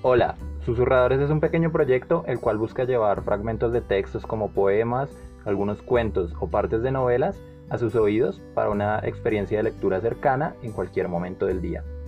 Hola, Susurradores es un pequeño proyecto el cual busca llevar fragmentos de textos como poemas, algunos cuentos o partes de novelas a sus oídos para una experiencia de lectura cercana en cualquier momento del día.